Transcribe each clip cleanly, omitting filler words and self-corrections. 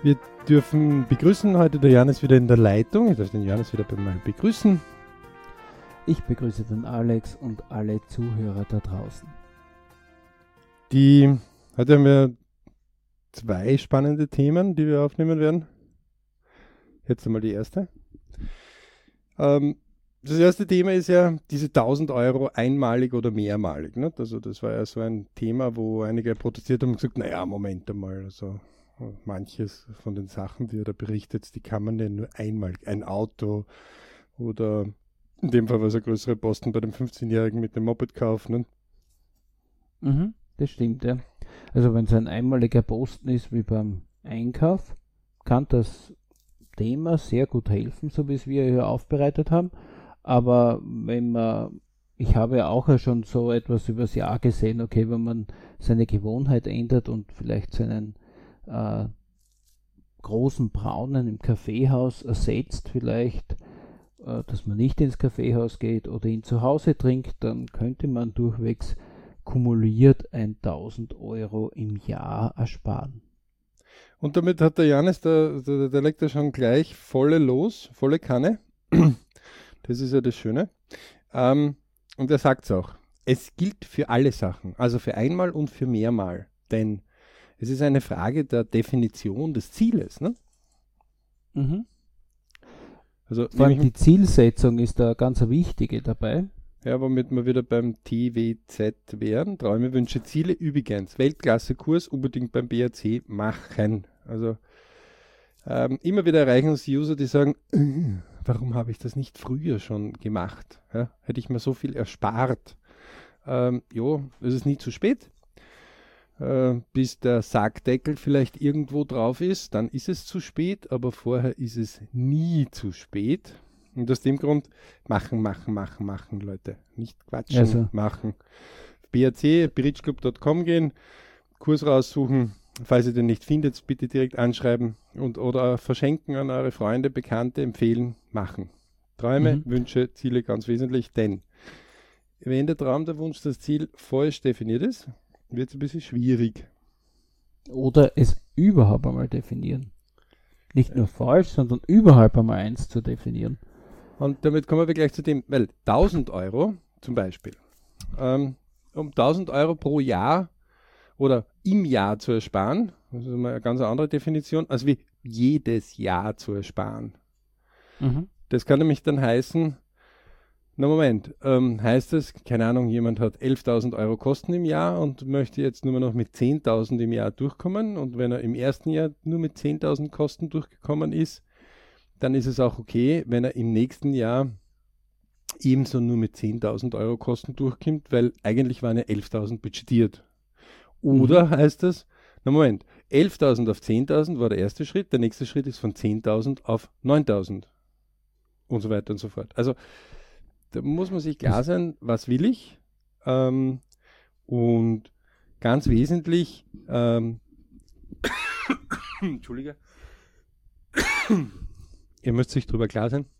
Wir dürfen begrüßen heute, der Jan ist wieder in der Leitung. Ich darf den Johannes wieder mal begrüßen. Ich begrüße den Alex und alle Zuhörer da draußen. Heute haben wir zwei spannende Themen, die wir aufnehmen werden. Jetzt einmal die erste. Das erste Thema ist ja diese 1.000 Euro einmalig oder mehrmalig. Nicht? Also das war ja so ein Thema, wo einige protestiert haben und gesagt, naja, Moment einmal, also manches von den Sachen, die er da berichtet, die kann man ja nur einmal, ein Auto oder in dem Fall war es ein größere Posten bei dem 15-Jährigen mit dem Moped kaufen. Ne? Das stimmt, ja. Also wenn es ein einmaliger Posten ist wie beim Einkauf, kann das Thema sehr gut helfen, so wie es wir hier aufbereitet haben. Aber ich habe ja auch schon so etwas übers Jahr gesehen, okay, wenn man seine Gewohnheit ändert und vielleicht seinen großen Braunen im Kaffeehaus ersetzt, vielleicht, dass man nicht ins Kaffeehaus geht oder ihn zu Hause trinkt, dann könnte man durchwegs kumuliert 1.000 Euro im Jahr ersparen. Und damit hat der Janis, der legt ja schon gleich volle Kanne. Das ist ja das Schöne. Und er sagt es auch. Es gilt für alle Sachen, also für einmal und für mehrmal. Denn es ist eine Frage der Definition des Zieles. Ne? Also, vor allem die Zielsetzung ist da ganz eine wichtige dabei. Ja, womit wir wieder beim TWZ wären. Träume, Wünsche, Ziele, übrigens. Weltklasse-Kurs unbedingt beim BAC machen. Also immer wieder erreichen uns die User, die sagen, warum habe ich das nicht früher schon gemacht? Ja, hätte ich mir so viel erspart. Es ist nie zu spät. Bis der Sargdeckel vielleicht irgendwo drauf ist, dann ist es zu spät, aber vorher ist es nie zu spät. Und aus dem Grund machen, Leute. Nicht quatschen, also machen. BAC, bridgeclub.com gehen, Kurs raussuchen. Falls ihr den nicht findet, bitte direkt anschreiben oder verschenken an eure Freunde, Bekannte, empfehlen, machen. Träume, Wünsche, Ziele ganz wesentlich, denn wenn der Traum, der Wunsch, das Ziel falsch definiert ist, wird es ein bisschen schwierig. Oder es überhaupt einmal definieren. Nicht nur falsch, sondern überhaupt einmal eins zu definieren. Und damit kommen wir gleich zu dem, weil 1.000 Euro zum Beispiel, um 1.000 Euro pro Jahr oder im Jahr zu ersparen, das ist mal eine ganz andere Definition, als wie jedes Jahr zu ersparen. Das kann nämlich dann heißen, heißt das, keine Ahnung, jemand hat 11.000 Euro Kosten im Jahr und möchte jetzt nur noch mit 10.000 im Jahr durchkommen, und wenn er im ersten Jahr nur mit 10.000 Kosten durchgekommen ist, dann ist es auch okay, wenn er im nächsten Jahr ebenso nur mit 10.000 Euro Kosten durchkommt, weil eigentlich waren ja 11.000 budgetiert. Oder heißt das, 11.000 auf 10.000 war der erste Schritt, der nächste Schritt ist von 10.000 auf 9.000 und so weiter und so fort. Also da muss man sich klar sein, was will ich, und ganz wesentlich, Entschuldige, ihr müsst sich darüber klar sein,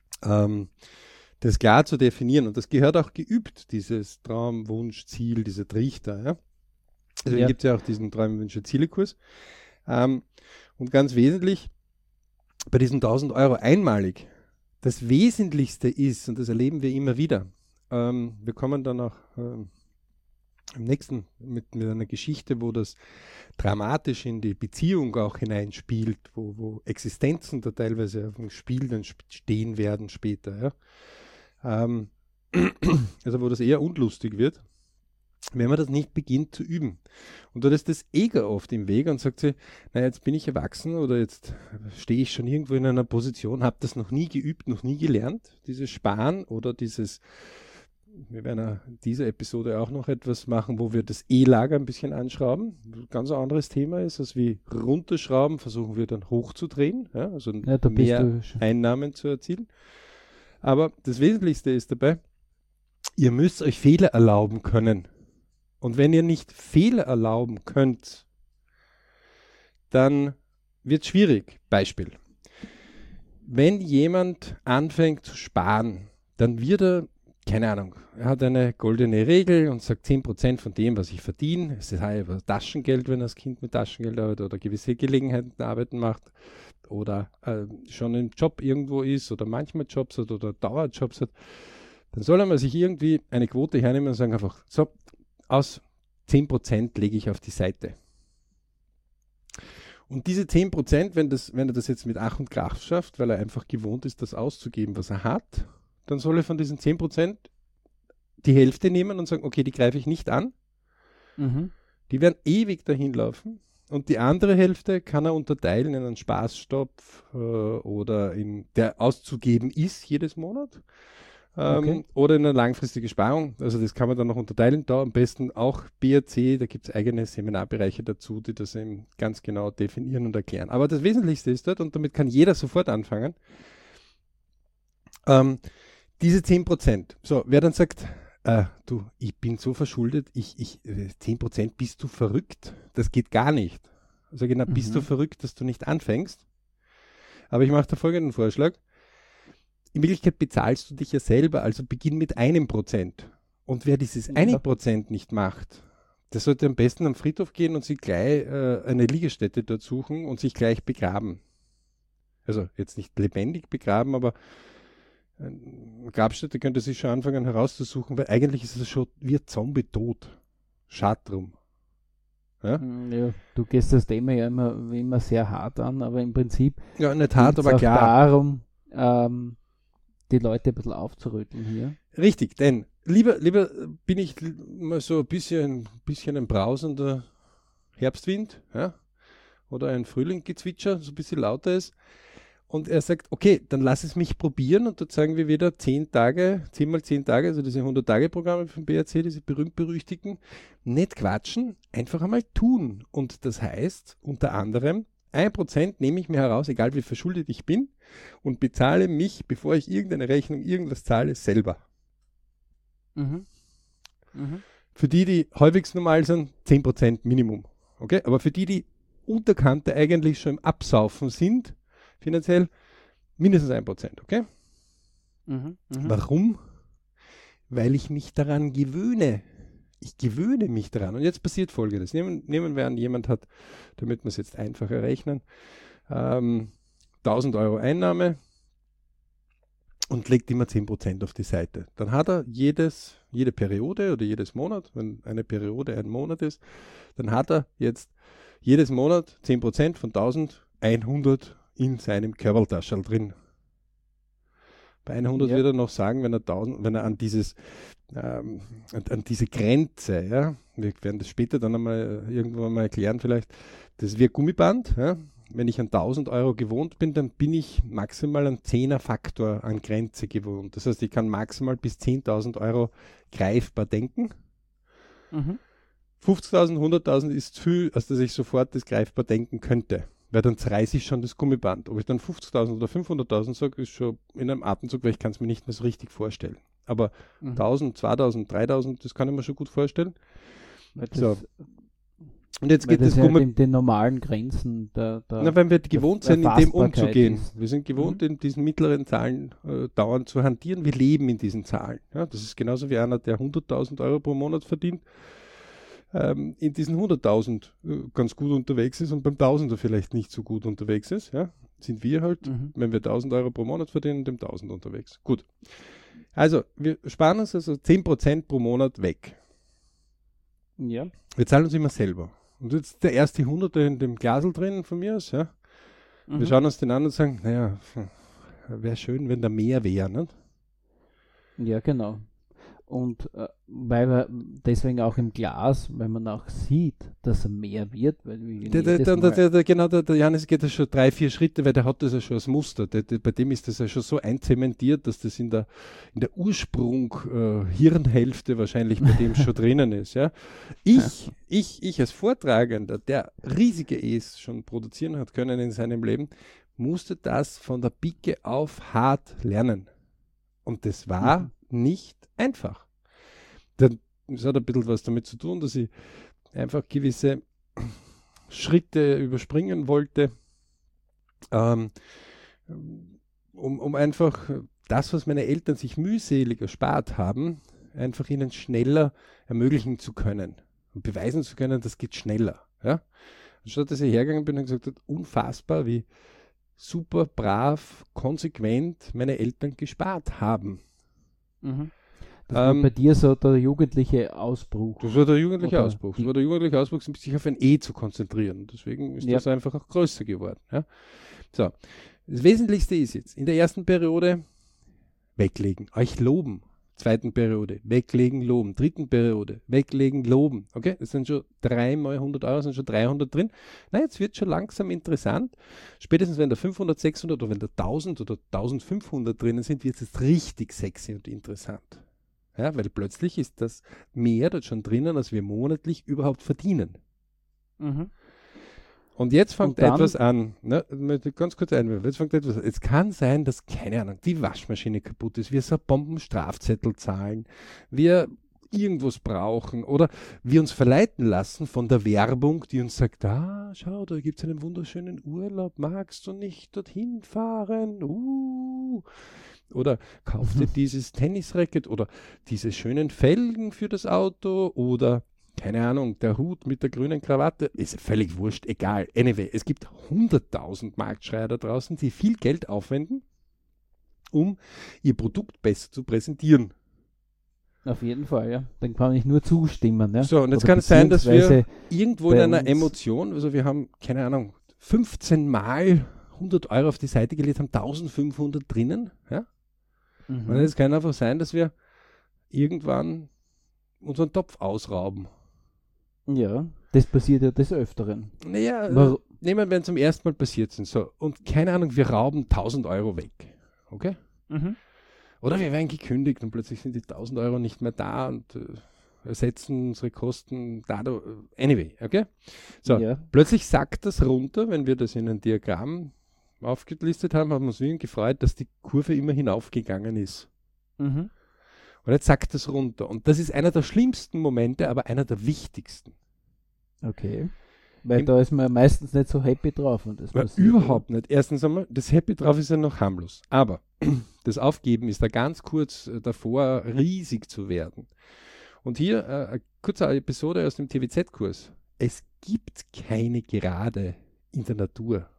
das klar zu definieren, und das gehört auch geübt, dieses Traum, Wunsch, Ziel, diese Trichter. Ja? Deswegen gibt es ja auch diesen Träume, Wünsche, Ziele-Kurs. Und ganz wesentlich, bei diesen 1.000 Euro einmalig, das Wesentlichste ist, und das erleben wir immer wieder, wir kommen dann auch im nächsten mit einer Geschichte, wo das dramatisch in die Beziehung auch hineinspielt, wo Existenzen da teilweise auf dem Spiel dann stehen werden später. Ja? Also wo das eher unlustig wird, wenn man das nicht beginnt zu üben. Und dort ist das Ego oft im Weg und sagt sich, naja, jetzt bin ich erwachsen oder jetzt stehe ich schon irgendwo in einer Position, habe das noch nie geübt, noch nie gelernt, dieses Sparen oder dieses, wir werden in dieser Episode auch noch etwas machen, wo wir das E-Lager ein bisschen anschrauben. Ganz ein anderes Thema ist, als wie runterschrauben, versuchen wir dann hochzudrehen, ja, also mehr Einnahmen zu erzielen. Aber das Wesentlichste ist dabei, ihr müsst euch Fehler erlauben können. Und wenn ihr nicht Fehler erlauben könnt, dann wird es schwierig. Beispiel. Wenn jemand anfängt zu sparen, dann wird er keine Ahnung, er hat eine goldene Regel und sagt 10% von dem, was ich verdiene, es ist halt Taschengeld, wenn das Kind mit Taschengeld arbeitet oder gewisse Gelegenheiten arbeiten macht oder schon im Job irgendwo ist oder manchmal Jobs hat oder Dauerjobs hat, dann soll er mal sich irgendwie eine Quote hernehmen und sagen einfach, so, aus 10% lege ich auf die Seite. Und diese 10%, wenn er das jetzt mit Ach und Krach schafft, weil er einfach gewohnt ist, das auszugeben, was er hat, dann soll er von diesen 10% die Hälfte nehmen und sagen, okay, die greife ich nicht an. Mhm. Die werden ewig dahin laufen. Und die andere Hälfte kann er unterteilen in einen Spaßstopf oder der auszugeben ist jedes Monat. Okay. Oder in eine langfristige Sparung. Also das kann man dann noch unterteilen. Da am besten auch BRC, da gibt es eigene Seminarbereiche dazu, die das eben ganz genau definieren und erklären. Aber das Wesentlichste ist dort, und damit kann jeder sofort anfangen, diese 10%. So, wer dann sagt, du, ich bin so verschuldet, 10% bist du verrückt? Das geht gar nicht. Also genau, bist du verrückt, dass du nicht anfängst? Aber ich mache da folgenden Vorschlag. In Wirklichkeit bezahlst du dich ja selber, also beginn mit 1%. Und wer dieses 1% nicht macht, der sollte am besten am Friedhof gehen und sich gleich eine Liegestätte dort suchen und sich gleich begraben. Also jetzt nicht lebendig begraben, aber eine Grabstätte könnte sich schon anfangen herauszusuchen, weil eigentlich ist es schon wie ein Zombie tot. Schade drum. Ja? Ja, du gehst das Thema ja immer sehr hart an, aber im Prinzip Ja, nicht hart, aber auch klar. darum, die Leute ein bisschen aufzurütteln hier. Richtig, denn lieber bin ich mal so ein bisschen ein brausender Herbstwind, ja? Oder ein Frühlingsgezwitscher, so ein bisschen lauter ist. Und er sagt, okay, dann lass es mich probieren. Und dort sagen wir wieder 10 Tage, 10 mal 10 Tage, also diese 100-Tage-Programme vom BRC, diese berühmt-berüchtigten, nicht quatschen, einfach einmal tun. Und das heißt, unter anderem, 1% nehme ich mir heraus, egal wie verschuldet ich bin, und bezahle mich, bevor ich irgendeine Rechnung, irgendwas zahle, selber. Mhm. Mhm. Für die halbwegs normal sind, 10% Minimum. Okay? Aber für die Unterkante eigentlich schon im Absaufen sind, finanziell, mindestens 1%. Okay? Mhm. Mhm. Warum? Weil ich mich daran gewöhne. Ich gewöhne mich daran. Und jetzt passiert Folgendes. Nehmen wir an, jemand hat, damit wir es jetzt einfacher rechnen, 1.000 Euro Einnahme und legt immer 10% auf die Seite. Dann hat er jede Periode oder jedes Monat, wenn eine Periode ein Monat ist, dann hat er jetzt jedes Monat 10% von 1.100 in seinem Körpertaschel drin. Bei 100 wird er noch sagen, wenn er an diese Grenze, ja, wir werden das später dann einmal irgendwann mal erklären vielleicht, das ist wie ein Gummiband, ja. Wenn ich an 1.000 Euro gewohnt bin, dann bin ich maximal einen 10er-Faktor an Grenze gewohnt. Das heißt, ich kann maximal bis 10.000 Euro greifbar denken. 50.000, 100.000 ist zu viel, als dass ich sofort das greifbar denken könnte. Weil dann zerreiße ich schon das Gummiband. Ob ich dann 50.000 oder 500.000 sage, ist schon in einem Atemzug, weil ich kann es mir nicht mehr so richtig vorstellen. Aber 1.000, 2.000, 3.000, das kann ich mir schon gut vorstellen. So. Und jetzt geht das in den normalen Grenzen wenn wir gewohnt sind, in dem umzugehen. Ist. Wir sind gewohnt, in diesen mittleren Zahlen dauernd zu hantieren. Wir leben in diesen Zahlen. Ja, das ist genauso wie einer, der 100.000 Euro pro Monat verdient, in diesen 100.000 ganz gut unterwegs ist und beim Tausender vielleicht nicht so gut unterwegs ist. Ja, sind wir halt, wenn wir 1.000 Euro pro Monat verdienen, dem 1.000 unterwegs. Gut. Also, wir sparen uns also 10% pro Monat weg. Ja. Wir zahlen uns immer selber. Und jetzt der erste Hunderte in dem Glasl drin von mir aus, ja. Wir schauen uns den an und sagen, naja, wäre schön, wenn da mehr wäre, ne? Ja, genau. Und weil wir deswegen auch im Glas, weil man auch sieht, dass er mehr wird, weil der Janis geht ja schon 3-4 Schritte, weil der hat das ja schon als Muster. Bei dem ist das ja schon so einzementiert, dass das in der Ursprung Hirnhälfte wahrscheinlich bei dem schon drinnen ist. Ja? Ich als Vortragender, der riesige E's schon produzieren hat können in seinem Leben, musste das von der Pike auf hart lernen. Und das war nicht einfach. Das hat ein bisschen was damit zu tun, dass ich einfach gewisse Schritte überspringen wollte, um einfach das, was meine Eltern sich mühselig erspart haben, einfach ihnen schneller ermöglichen zu können und beweisen zu können, das geht schneller. Ja? Anstatt dass ich hergegangen bin und gesagt habe, unfassbar, wie super brav, konsequent meine Eltern gespart haben. Mhm. Das war bei dir so der jugendliche Ausbruch. Das war der jugendliche Ausbruch. Das war der jugendliche Ausbruch, sich auf ein E zu konzentrieren. Deswegen ist das einfach auch größer geworden. Ja? So, das Wesentlichste ist jetzt, in der ersten Periode weglegen, euch loben. Zweiten Periode, weglegen, loben. Dritten Periode, weglegen, loben. Okay, das sind schon 3 mal 100 Euro, sind schon 300 drin. Na, jetzt wird schon langsam interessant. Spätestens wenn da 500, 600 oder wenn da 1000 oder 1500 drinnen sind, wird es richtig sexy und interessant. Ja, weil plötzlich ist das mehr dort schon drinnen, als wir monatlich überhaupt verdienen. Mhm. Und jetzt fängt etwas an, ne, ganz kurz einwerfen, jetzt fängt etwas an. Es kann sein, dass, keine Ahnung, die Waschmaschine kaputt ist, wir so einen Bombenstrafzettel zahlen, wir irgendwas brauchen oder wir uns verleiten lassen von der Werbung, die uns sagt, schau, da gibt es einen wunderschönen Urlaub, magst du nicht dorthin fahren? Oder kauf dir dieses Tennisracket oder diese schönen Felgen für das Auto oder keine Ahnung, der Hut mit der grünen Krawatte, ist völlig wurscht, egal. Anyway, es gibt 100.000 Marktschreier da draußen, die viel Geld aufwenden, um ihr Produkt besser zu präsentieren. Auf jeden Fall, ja. Dann kann ich nur zustimmen. Ja. So, und jetzt kann es sein, dass wir irgendwo in einer Emotion, also wir haben, keine Ahnung, 15 Mal 100 Euro auf die Seite gelegt, haben 1500 drinnen. Ja? Und es kann einfach sein, dass wir irgendwann unseren Topf ausrauben. Ja, das passiert ja des Öfteren. Naja, nehmen wir, wenn zum ersten Mal passiert sind. So, und keine Ahnung, wir rauben 1000 Euro weg. Okay? Mhm. Oder wir werden gekündigt und plötzlich sind die 1000 Euro nicht mehr da und ersetzen unsere Kosten dadurch. Anyway, okay? So, plötzlich sackt das runter, wenn wir das in ein Diagramm aufgelistet haben, haben wir uns gefreut, dass die Kurve immer hinaufgegangen ist. Mhm. Und jetzt sackt das runter. Und das ist einer der schlimmsten Momente, aber einer der wichtigsten. Okay. Weil da ist man meistens nicht so happy drauf. Und das passiert, überhaupt nicht. Erstens einmal, das Happy drauf ist ja noch harmlos. Aber das Aufgeben ist da ganz kurz davor, riesig zu werden. Und hier eine kurze Episode aus dem TWZ-Kurs. Es gibt keine Gerade in der Natur.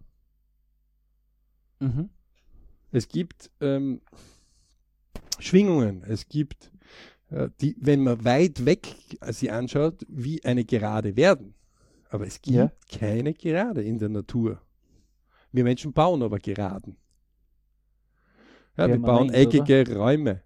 Mhm. Es gibt Schwingungen. Es gibt, die, wenn man weit weg sie anschaut, wie eine Gerade werden. Aber es gibt keine Gerade in der Natur. Wir Menschen bauen aber Geraden. Ja, wir bauen eckige Räume.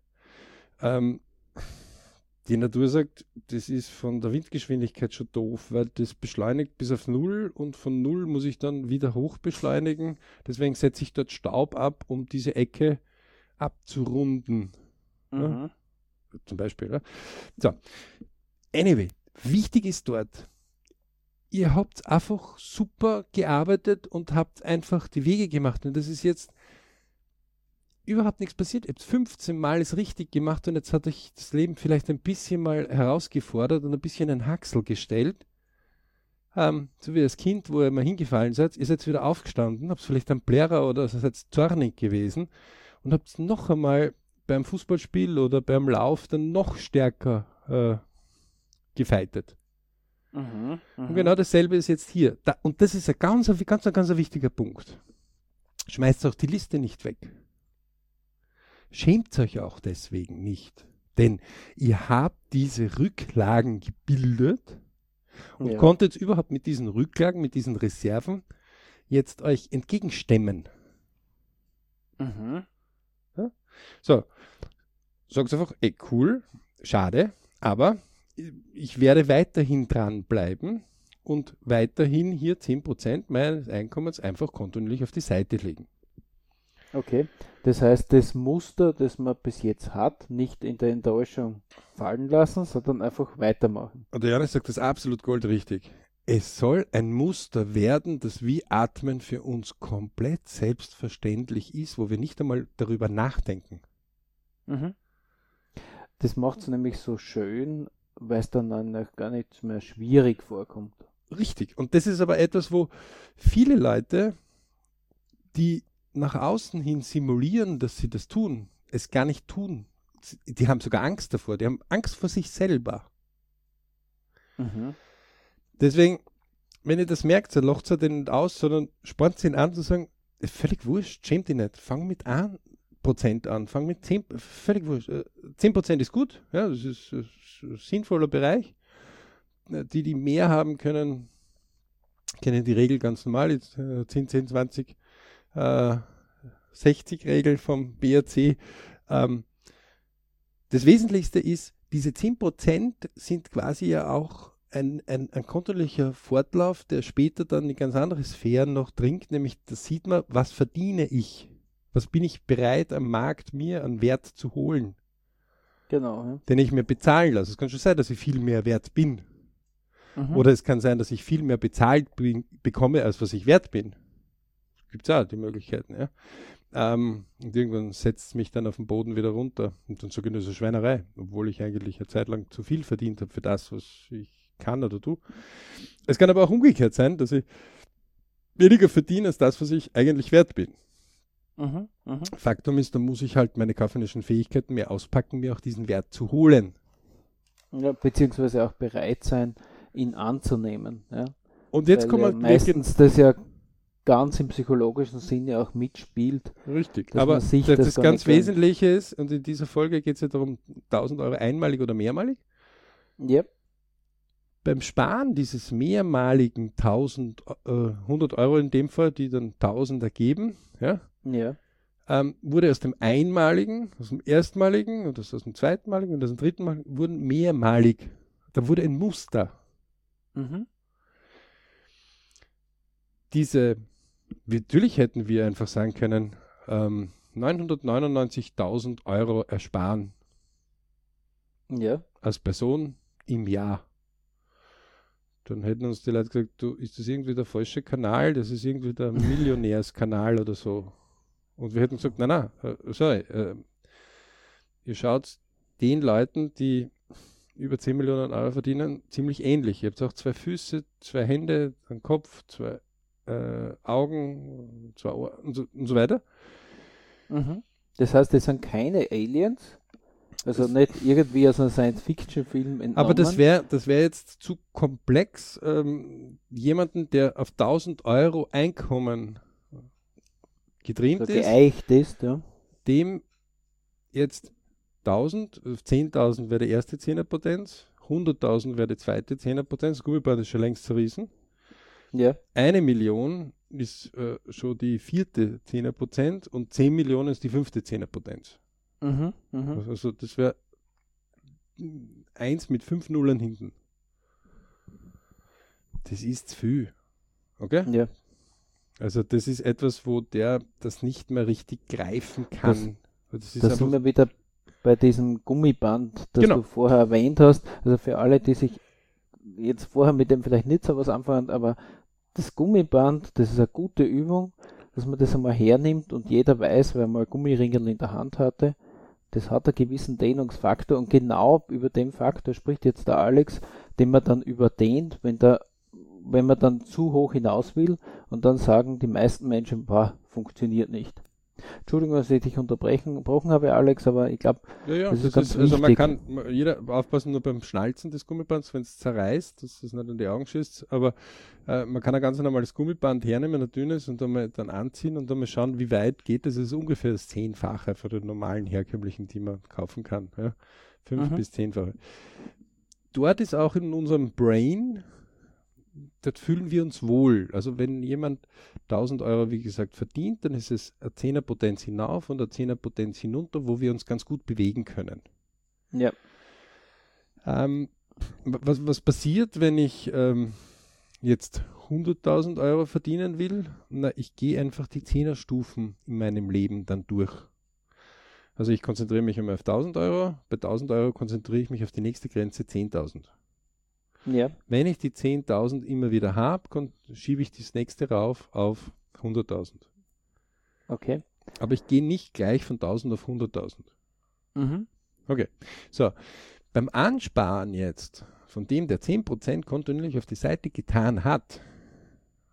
Die Natur sagt, das ist von der Windgeschwindigkeit schon doof, weil das beschleunigt bis auf 0 und von 0 muss ich dann wieder hoch beschleunigen. Deswegen setze ich dort Staub ab, um diese Ecke abzurunden. Mhm. Ja? Zum Beispiel. Ja? So. Anyway, wichtig ist dort, ihr habt einfach super gearbeitet und habt einfach die Wege gemacht. Und das ist jetzt überhaupt nichts passiert. Ihr habt 15 Mal es richtig gemacht und jetzt hat euch das Leben vielleicht ein bisschen mal herausgefordert und ein bisschen ein Haxel gestellt. So wie als Kind, wo ihr mal hingefallen seid, ihr seid wieder aufgestanden, habt vielleicht einen Blärer oder seid zornig gewesen und habt noch einmal beim Fußballspiel oder beim Lauf dann noch stärker gefeitet. Und genau dasselbe ist jetzt hier. Und das ist ein ganz wichtiger Punkt. Schmeißt auch die Liste nicht weg. Schämt euch auch deswegen nicht. Denn ihr habt diese Rücklagen gebildet und konntet überhaupt mit diesen Rücklagen, mit diesen Reserven jetzt euch entgegenstemmen. Mhm. Ja? So, sagt einfach, cool, schade, aber ich werde weiterhin dranbleiben und weiterhin hier 10% meines Einkommens einfach kontinuierlich auf die Seite legen. Okay, das heißt, das Muster, das man bis jetzt hat, nicht in der Enttäuschung fallen lassen, sondern einfach weitermachen. Und der Janis sagt das absolut goldrichtig. Es soll ein Muster werden, das wie Atmen für uns komplett selbstverständlich ist, wo wir nicht einmal darüber nachdenken. Mhm. Das macht es nämlich so schön, weil es dann gar nicht mehr schwierig vorkommt. Richtig. Und das ist aber etwas, wo viele Leute, die nach außen hin simulieren, dass sie das tun, es gar nicht tun. Die haben sogar Angst davor. Die haben Angst vor sich selber. Mhm. Deswegen, wenn ihr das merkt, dann lacht ihr den nicht aus, sondern spornt ihn an zu sagen, ist völlig wurscht, schämt dich nicht. Fang mit 1% an, fang mit 10, völlig wurscht. 10% ist gut, ja, das ist ein sinnvoller Bereich. Die mehr haben können, kennen die Regel ganz normal, jetzt 10, 10, 20, 60 Regel vom BRC. Das Wesentlichste ist, diese 10% sind quasi ja auch ein kontinuierlicher Fortlauf, der später dann in ganz andere Sphären noch dringt, nämlich da sieht man, was verdiene ich? Was bin ich bereit am Markt mir an Wert zu holen? Genau. Ja. Den ich mir bezahlen lasse. Es kann schon sein, dass ich viel mehr wert bin. Mhm. Oder es kann sein, dass ich viel mehr bezahlt bekomme, als was ich wert bin. Gibt es auch die Möglichkeiten, ja. Und irgendwann setzt es mich dann auf den Boden wieder runter. Und dann sage ich, das ist eine Schweinerei, obwohl ich eigentlich eine Zeit lang zu viel verdient habe für das, was ich kann oder tue. Es kann aber auch umgekehrt sein, dass ich weniger verdiene als das, was ich eigentlich wert bin. Mhm. Mhm. Faktum ist, da muss ich halt meine kaufmännischen Fähigkeiten mehr auspacken, mir auch diesen Wert zu holen. Ja, beziehungsweise auch bereit sein, ihn anzunehmen. Ja. Und jetzt Weil kommen ja wir meistens das ja ganz im psychologischen Sinne auch mitspielt. Richtig, dass aber man sich das das gar ganz nicht gönnt. Wesentliche ist, und in dieser Folge geht es ja darum, 1.000 Euro einmalig oder mehrmalig. Ja. Beim Sparen dieses mehrmaligen 100 Euro in dem Fall, die dann 1.000 ergeben, ja, Ja. wurde aus dem einmaligen, aus dem erstmaligen und aus dem zweitenmaligen und aus dem drittenmaligen, wurden mehrmalig. Da wurde ein Muster. Mhm. Natürlich hätten wir einfach sagen können, 999.000 Euro ersparen Ja. als Person im Jahr. Dann hätten uns die Leute gesagt, du, ist das irgendwie der falsche Kanal? Das ist irgendwie der Millionärskanal oder so. Und wir hätten gesagt, nein, sorry, ihr schaut den Leuten, die über 10 Millionen Euro verdienen, ziemlich ähnlich. Ihr habt auch 2 Füße, 2 Hände, einen Kopf, 2 Augen, 2 Ohren und so weiter. Mhm. Das heißt, das sind keine Aliens, also Das- nicht irgendwie aus einem Science-Fiction-Film entnommen. Aber das wär jetzt zu komplex. Jemanden, der auf 1.000 Euro Einkommen getrimmt so ist, geeicht ist, ja. dem jetzt 1.000, 10.000 wäre die erste Zehnerpotenz, 100.000 wäre die zweite Zehnerpotenz, das Gummiband ist schon längst zerrissen. Ja. 1 Million ist schon die vierte Zehnerpotenz und 10 Millionen ist die fünfte Zehnerpotenz. Mhm. Mhm. Also das wäre 1 mit 5 Nullern hinten. Das ist zu viel. Okay? Ja. Also das ist etwas, wo der das nicht mehr richtig greifen kann. Das ist Da sind wir wieder bei diesem Gummiband, das Genau. du vorher erwähnt hast. Also für alle, die sich jetzt vorher mit dem vielleicht nicht so was anfangen, aber das Gummiband, das ist eine gute Übung, dass man das einmal hernimmt und jeder weiß, wer mal Gummiringel in der Hand hatte, das hat einen gewissen Dehnungsfaktor und genau über den Faktor spricht jetzt der Alex, den man dann überdehnt, wenn man dann zu hoch hinaus will und dann sagen die meisten Menschen, boah, funktioniert nicht. Entschuldigung, dass ich dich unterbrochen habe, Alex, aber ich glaube, Ja, das ist das ganz ist, also man wichtig. kann, jeder aufpassen nur beim Schnalzen des Gummibands, wenn es zerreißt, dass es nicht in die Augen schießt, aber man kann ein ganz normales Gummiband hernehmen, ein dünnes, und dann anziehen und dann mal schauen, wie weit geht es. Es ist ungefähr das 10-fache von den normalen herkömmlichen, die man kaufen kann. Ja? 5 bis 10-fache. Dort ist auch in unserem Brain, dort fühlen wir uns wohl. Also wenn jemand 1.000 Euro, wie gesagt, verdient, dann ist es eine Zehnerpotenz hinauf und eine Zehnerpotenz hinunter, wo wir uns ganz gut bewegen können. Ja. Was passiert, wenn ich jetzt 100.000 Euro verdienen will? Na, ich gehe einfach die Zehnerstufen in meinem Leben dann durch. Also ich konzentriere mich einmal auf 1.000 Euro. Bei 1.000 Euro konzentriere ich mich auf die nächste Grenze 10.000. Ja. Wenn ich die 10.000 immer wieder habe, schiebe ich das nächste rauf auf 100.000. Okay. Aber ich gehe nicht gleich von 1.000 auf 100.000. Mhm. Okay, so. Beim Ansparen jetzt, von dem der 10% kontinuierlich auf die Seite getan hat,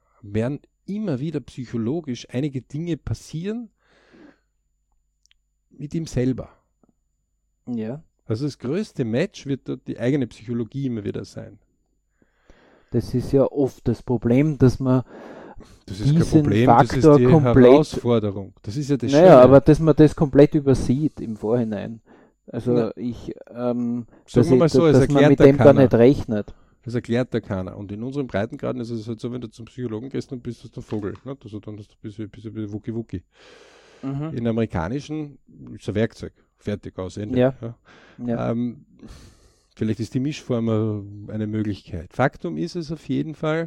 werden immer wieder psychologisch einige Dinge passieren, mit ihm selber. Ja. Also das größte Match wird dort die eigene Psychologie immer wieder sein. Das ist ja oft das Problem, dass man Das ist kein diesen Problem, Faktor das ist die komplett, Herausforderung. Das ist ja das Schöne. naja, aber dass man das komplett übersieht im Vorhinein. Also Na, sagen sagen wir mal so, es dass man erklärt mit da dem gar keiner. nicht rechnet. Das erklärt da keiner. Und in unserem Breitengraden ist es halt so, wenn du zum Psychologen gehst, dann bist du der Vogel. Ne? Also dann bist du ein bisschen Wucki-Wucki. Mhm. In amerikanischen ist ein Werkzeug. Fertig, aus, Ende. Ja. Ja. Ja. Vielleicht ist die Mischform eine Möglichkeit. Faktum ist es auf jeden Fall,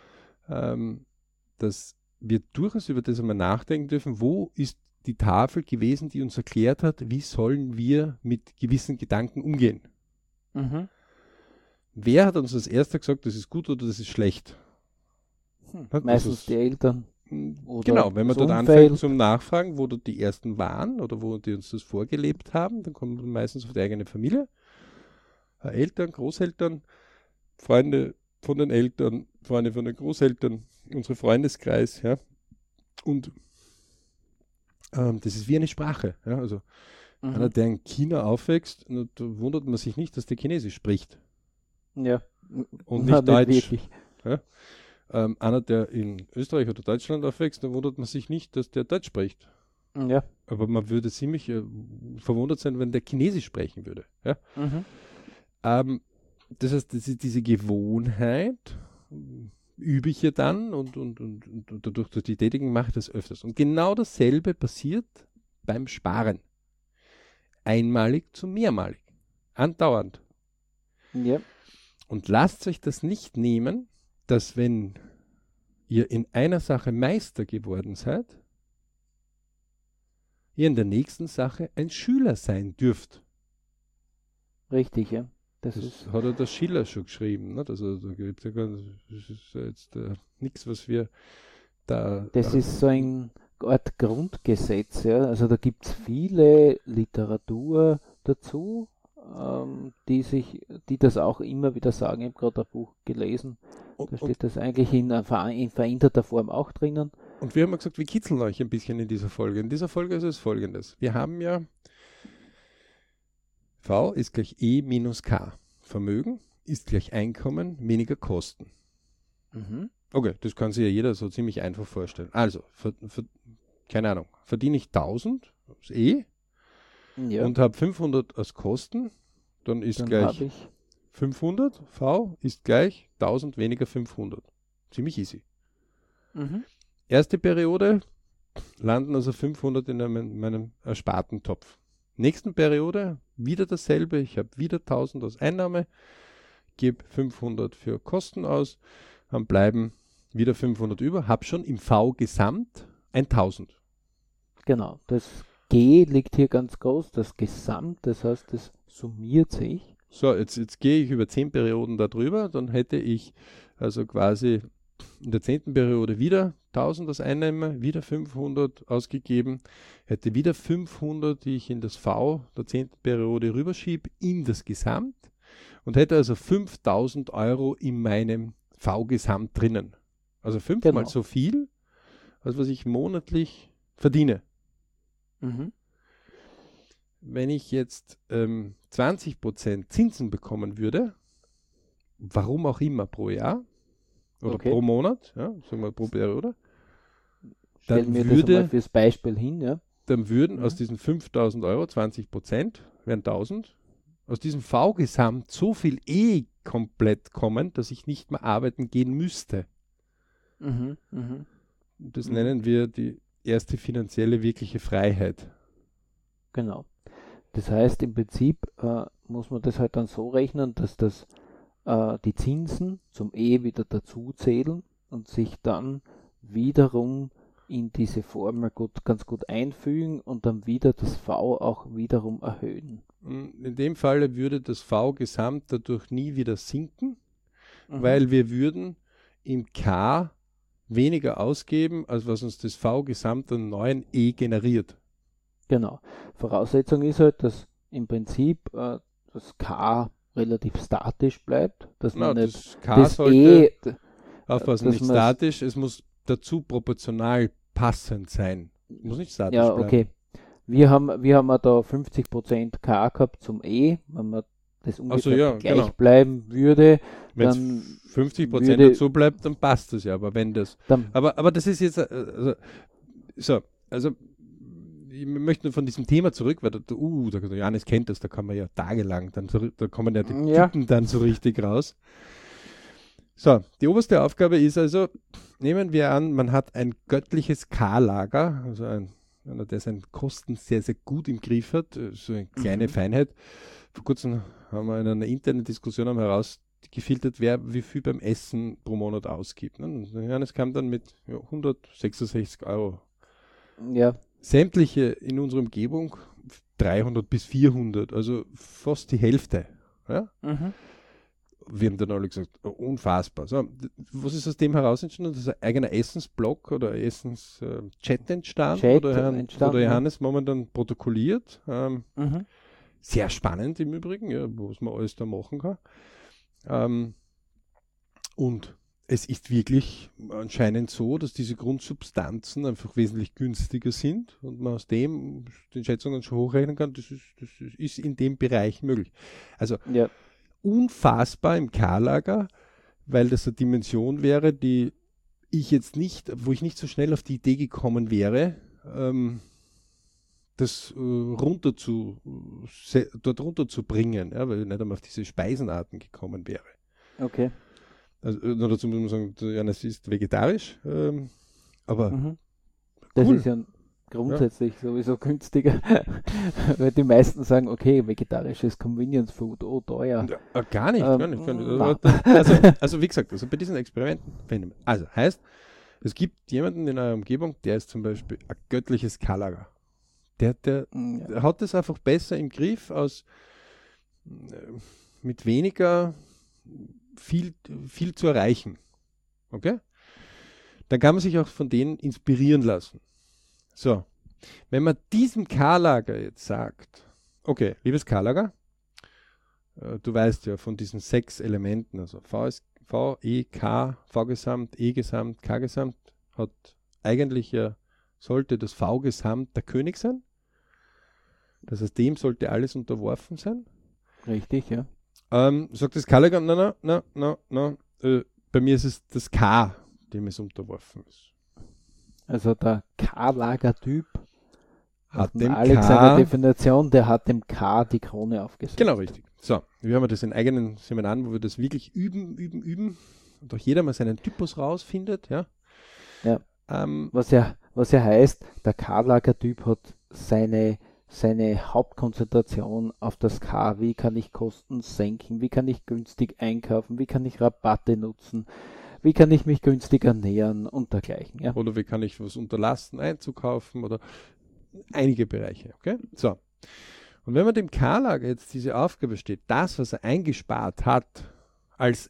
dass wir durchaus über das einmal nachdenken dürfen, wo ist die Tafel gewesen, die uns erklärt hat, wie sollen wir mit gewissen Gedanken umgehen. Mhm. Wer hat uns als erster gesagt, das ist gut oder das ist schlecht? Meistens die Eltern. Oder Genau, wenn man das dort Umfeld. anfängt zum Nachfragen, wo dort die ersten waren oder wo die uns das vorgelebt haben, dann kommt man meistens auf die eigene Familie. Eltern, Großeltern, Freunde von den Eltern, Freunde von den Großeltern, unsere Freundeskreis, ja. Und das ist wie eine Sprache. Ja? Also einer, der in China aufwächst, da wundert man sich nicht, dass der Chinesisch spricht. Ja. Und nicht Deutsch. Wirklich. Ja? Einer, der in Österreich oder Deutschland aufwächst, da wundert man sich nicht, dass der Deutsch spricht. Ja. Aber man würde ziemlich verwundert sein, wenn der Chinesisch sprechen würde. Ja? Das heißt, diese Gewohnheit übe ich ja dann und durch die Tätigen mache ich das öfters. Und genau dasselbe passiert beim Sparen. Einmalig zu mehrmalig. Andauernd. Ja. Und lasst euch das nicht nehmen, dass wenn ihr in einer Sache Meister geworden seid, ihr in der nächsten Sache ein Schüler sein dürft. Richtig, ja. Das hat ja der Schiller schon geschrieben. Nicht? Also da gibt es ja das ist jetzt nichts, was wir da... Das ist so ein Art Grundgesetz, ja. Also da gibt es viele Literatur dazu, die das auch immer wieder sagen. Ich habe gerade ein Buch gelesen, da steht das eigentlich in veränderter Form auch drinnen. Und wir haben ja gesagt, wir kitzeln euch ein bisschen in dieser Folge. In dieser Folge ist es Folgendes. Wir haben ja V ist gleich E minus K. Vermögen ist gleich Einkommen weniger Kosten. Okay, das kann sich ja jeder so ziemlich einfach vorstellen. Also, keine Ahnung, verdiene ich 1000 aus E und habe 500 als Kosten, dann ist dann gleich 500, V ist gleich 1000 weniger 500. Ziemlich easy. Erste Periode landen also 500 in meinem ersparten Topf. Nächsten Periode wieder dasselbe, ich habe wieder 1000 als Einnahme, gebe 500 für Kosten aus, dann bleiben wieder 500 über, habe schon im V-Gesamt 1000. Genau, das G liegt hier ganz groß, das Gesamt, das heißt, das summiert sich. So, jetzt gehe ich über 10 Perioden darüber, dann hätte ich also quasi in der 10. Periode wieder 1000 als Einnahme, wieder 500 ausgegeben, hätte wieder 500, die ich in das V der 10. Periode rüberschiebe, in das Gesamt und hätte also 5000 Euro in meinem V-Gesamt drinnen. Also 5-mal so viel, als was ich monatlich verdiene. Wenn ich jetzt 20% Zinsen bekommen würde, warum auch immer pro Jahr, oder pro Monat, ja, sagen wir pro Periode, dann würde fürs Beispiel hin, ja. Dann würden aus diesen 5000 Euro 20% wären 1000, aus diesem V-Gesamt so viel komplett kommen, dass ich nicht mehr arbeiten gehen müsste. Das nennen wir die erste finanzielle wirkliche Freiheit. Genau. Das heißt, im Prinzip muss man das halt dann so rechnen, dass die Zinsen zum wieder dazu zählen und sich dann wiederum in diese Formel ganz gut einfügen und dann wieder das V auch wiederum erhöhen. In dem Falle würde das V-Gesamt dadurch nie wieder sinken, weil wir würden im K weniger ausgeben, als was uns das V-Gesamt an neuen E generiert. Genau. Voraussetzung ist halt, dass im Prinzip das K relativ statisch bleibt, dass man nicht das K sollte aufpassen, nicht statisch, es muss dazu proportional passend sein. Muss nicht statisch bleiben. Ja, okay. Wir haben da 50% K gehabt zum E, wenn man das ungefähr gleich bleiben würde. Wenn es 50% dazu bleibt, dann passt das ja. Aber wenn das. Aber das ist jetzt. Also ich möchte nur von diesem Thema zurück, weil der Johannes kennt das, da kann man ja tagelang dann zurück, da kommen ja die Typen dann so richtig raus. So, die oberste Aufgabe ist also, nehmen wir an, man hat ein göttliches K-Lager, also einer, der seine Kosten sehr, sehr gut im Griff hat, so eine kleine Feinheit. Vor kurzem haben wir in einer internen Diskussion herausgefiltert, wer wie viel beim Essen pro Monat ausgibt. Und Johannes kam dann mit 166 €. Ja. Sämtliche in unserer Umgebung 300 bis 400, also fast die Hälfte. Ja? Wir haben dann alle gesagt, unfassbar. So, was ist aus dem heraus entstanden? Das ist ein eigener Essensblog oder Essenschat entstanden, wo der Johannes momentan protokolliert. Sehr spannend im Übrigen, ja, was man alles da machen kann. Und es ist wirklich anscheinend so, dass diese Grundsubstanzen einfach wesentlich günstiger sind und man aus dem den Schätzungen schon hochrechnen kann, das ist in dem Bereich möglich. Also unfassbar im K-Lager, weil das eine Dimension wäre, wo ich nicht so schnell auf die Idee gekommen wäre, das dort runter zu bringen, ja, weil ich nicht einmal auf diese Speisenarten gekommen wäre. Okay. Also, dazu muss man sagen, Johannes ist vegetarisch, aber das ist ja grundsätzlich sowieso günstiger, weil die meisten sagen, okay, vegetarisches Convenience Food, teuer. Ja, gar nicht. Also wie gesagt, bei diesen Experimenten, also heißt, es gibt jemanden in eurer Umgebung, der ist zum Beispiel ein göttliches K-Lager. Der hat das einfach besser im Griff mit weniger viel zu erreichen. Okay? Dann kann man sich auch von denen inspirieren lassen. So, wenn man diesem K-Lager jetzt sagt, okay, liebes K-Lager, du weißt ja von diesen 6 Elementen, also V, E, K, V-Gesamt, E-Gesamt, K-Gesamt, sollte das V-Gesamt der König sein. Das heißt, dem sollte alles unterworfen sein. Richtig, ja. Sagt das K-Lager, nein, bei mir ist es das K, dem es unterworfen ist. Also der K-Lager-Typ hat dem Alex seine Definition, der hat dem K die Krone aufgesetzt. Genau, richtig. So, wir haben das in eigenen Seminaren, wo wir das wirklich üben und auch jeder mal seinen Typus rausfindet, ja. Ja. Was ja heißt, der K-Lager-Typ hat seine Hauptkonzentration auf das K. Wie kann ich Kosten senken? Wie kann ich günstig einkaufen? Wie kann ich Rabatte nutzen? Wie kann ich mich günstig ernähren und dergleichen? Ja? Oder wie kann ich was unterlassen einzukaufen oder einige Bereiche. Okay? So. Und wenn man dem K-Lager jetzt diese Aufgabe steht, das, was er eingespart hat, als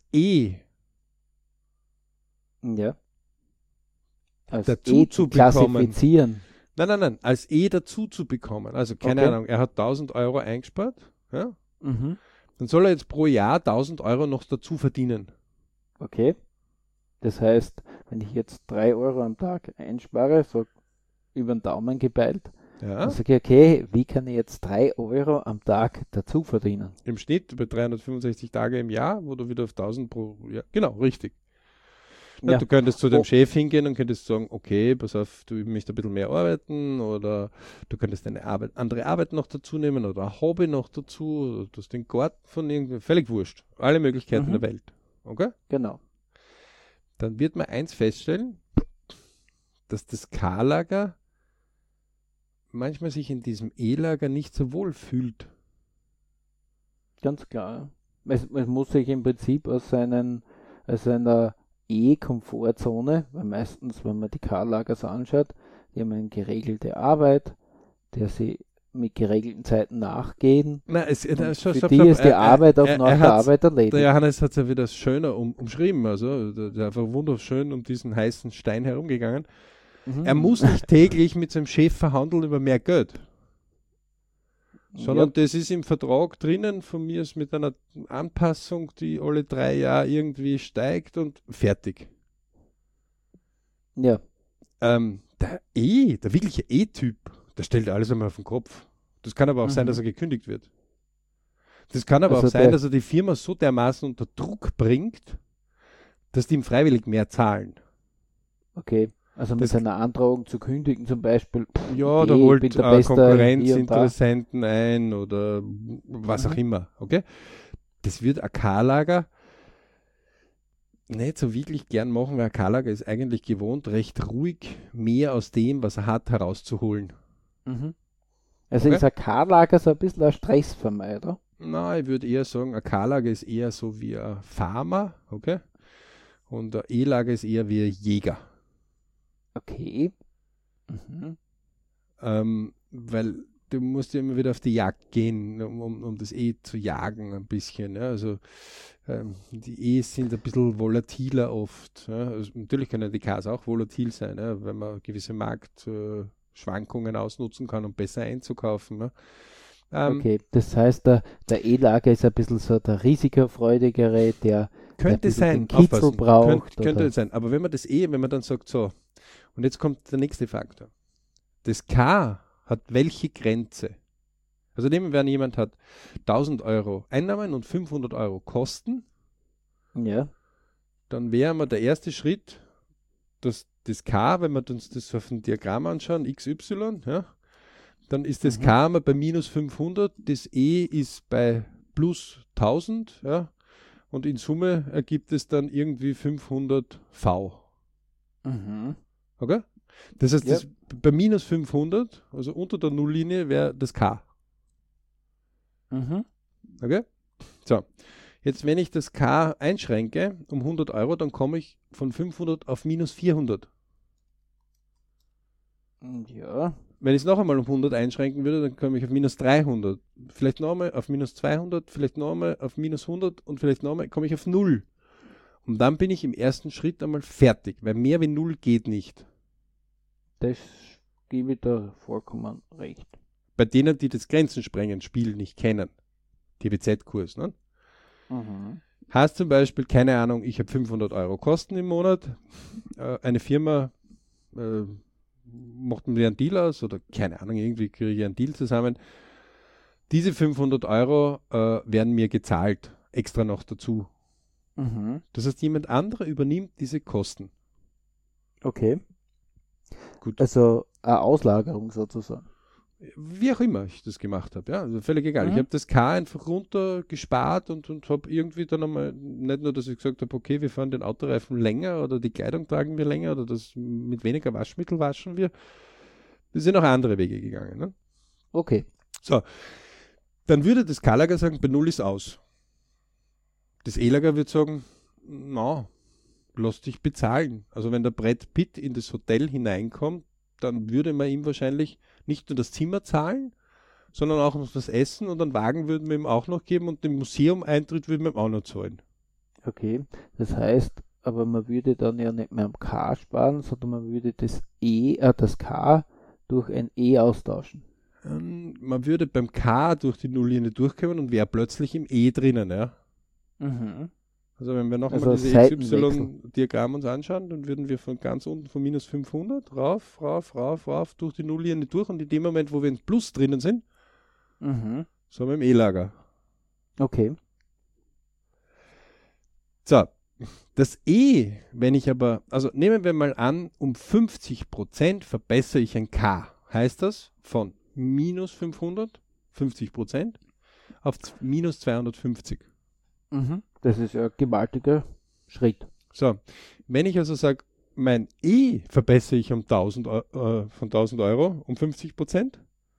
dazu zu klassifizieren. Nein, als dazu zu bekommen. Also keine Ahnung, er hat 1.000 € eingespart, ja? Dann soll er jetzt pro Jahr 1.000 € noch dazu verdienen. Okay. Das heißt, wenn ich jetzt 3 € am Tag einspare, so über den Daumen gepeilt, dann sage ich, okay, wie kann ich jetzt 3 € am Tag dazu verdienen? Im Schnitt bei 365 Tage im Jahr, wo du wieder auf 1.000 pro Jahr, genau, richtig. Ja. Du könntest zu dem Chef hingehen und könntest sagen, okay, pass auf, du möchtest ein bisschen mehr arbeiten oder du könntest eine andere Arbeit noch dazu nehmen oder ein Hobby noch dazu, oder du hast den Garten von irgendwie, völlig wurscht. Alle Möglichkeiten der Welt. Okay? Genau. Dann wird man eins feststellen, dass das K-Lager manchmal sich in diesem E-Lager nicht so wohl fühlt. Ganz klar. Es muss sich im Prinzip aus einer E-Komfortzone, weil meistens, wenn man die K-Lager so anschaut, die haben eine geregelte Arbeit, der sie mit geregelten Zeiten nachgehen. Nein, für die ist die Arbeit auch nach der Arbeit erledigt. Der Johannes hat es ja wieder schöner umschrieben, also der einfach wunderschön um diesen heißen Stein herumgegangen. Er muss nicht täglich mit seinem Chef verhandeln über mehr Geld. Sondern das ist im Vertrag drinnen, von mir ist mit einer Anpassung, die alle 3 Jahre irgendwie steigt und fertig. Ja. Der wirkliche E-Typ, Das stellt alles einmal auf den Kopf. Das kann aber auch sein, dass er gekündigt wird. Das kann aber Also auch sein, dass er die Firma so dermaßen unter Druck bringt, dass die ihm freiwillig mehr zahlen. Okay, also mit seiner Androhung zu kündigen zum Beispiel. Ja, da holt Konkurrenzinteressenten ein oder was auch immer. Okay? Das wird ein K-Lager nicht so wirklich gern machen, weil ein K-Lager ist eigentlich gewohnt, recht ruhig mehr aus dem, was er hat, herauszuholen. Also ist ein K-Lager so ein bisschen ein Stressvermeider? Na, ich würde eher sagen, ein K-Lager ist eher so wie ein Farmer, okay? Und ein E-Lager ist eher wie ein Jäger. Okay. Weil du musst ja immer wieder auf die Jagd gehen, um das E zu jagen ein bisschen. Ja? Also die E's sind ein bisschen volatiler oft. Ja? Also, natürlich können die Ks auch volatil sein, ja? Wenn man gewisse Marktschwankungen ausnutzen kann, um besser einzukaufen. Ja? Okay, das heißt, der E-Lager ist ein bisschen so der risikofreudigere, der könnte sein, den Kitzel braucht. Könnte sein, aber wenn man dann sagt, so, und jetzt kommt der nächste Faktor. Das K hat welche Grenze? Also nehmen wir an, jemand hat 1000 Euro Einnahmen und 500 Euro Kosten. Ja. Dann wäre mal der erste Schritt, dass das K, wenn wir uns das auf dem Diagramm anschauen, XY, ja, dann ist das K mal bei minus 500, das E ist bei plus 1000, ja, und in Summe ergibt es dann irgendwie 500 V. Okay? Das heißt, das bei minus 500, also unter der Nulllinie, wäre das K. Okay? So, jetzt wenn ich das K einschränke um 100 Euro, dann komme ich von 500 auf minus 400. Ja. Wenn ich es noch einmal um 100 einschränken würde, dann komme ich auf minus 300. Vielleicht nochmal auf minus 200, vielleicht nochmal auf minus 100 und vielleicht nochmal komme ich auf 0. Und dann bin ich im ersten Schritt einmal fertig, weil mehr wie 0 geht nicht. Das gebe ich da vollkommen recht. Bei denen, die das Grenzensprengen-Spiel nicht kennen, TBZ-Kurs, ne? Heißt zum Beispiel, keine Ahnung, ich habe 500 Euro Kosten im Monat, eine Firma macht mir einen Deal aus oder keine Ahnung, irgendwie kriege ich einen Deal zusammen. Diese 500 Euro werden mir gezahlt, extra noch dazu. Das heißt, jemand anderer übernimmt diese Kosten. Okay. Gut. Also eine Auslagerung sozusagen. Wie auch immer ich das gemacht habe, ja, also völlig egal. Ich habe das K einfach runtergespart und habe irgendwie dann einmal, nicht nur, dass ich gesagt habe, okay, wir fahren den Autoreifen länger oder die Kleidung tragen wir länger oder das mit weniger Waschmittel waschen wir. Wir sind auch andere Wege gegangen. Ne? Okay. So, dann würde das K-Lager sagen, bei 0 ist aus. Das E-Lager würde sagen, na, lass dich bezahlen. Also wenn der Brad Pitt in das Hotel hineinkommt, dann würde man ihm wahrscheinlich nicht nur das Zimmer zahlen, sondern auch noch das Essen und einen Wagen würden wir ihm auch noch geben und den Museum-Eintritt würden wir ihm auch noch zahlen. Okay, das heißt, aber man würde dann ja nicht mehr am K sparen, sondern man würde das K durch ein E austauschen. Man würde beim K durch die Nulllinie durchkommen und wäre plötzlich im E drinnen, ja. Also wenn wir noch einmal diese XY-Diagramm uns anschauen, dann würden wir von ganz unten von minus 500 rauf durch die Nulllinie durch und in dem Moment, wo wir in Plus drinnen sind, sind wir im E-Lager. Okay. So, das E, wenn ich aber, also nehmen wir mal an, um 50% verbessere ich ein K. Heißt das von minus 500, 50%, auf minus 250. Das ist ja ein gewaltiger Schritt. So, wenn ich also sage, mein E verbessere ich um 1000 von 1000 Euro um 50%,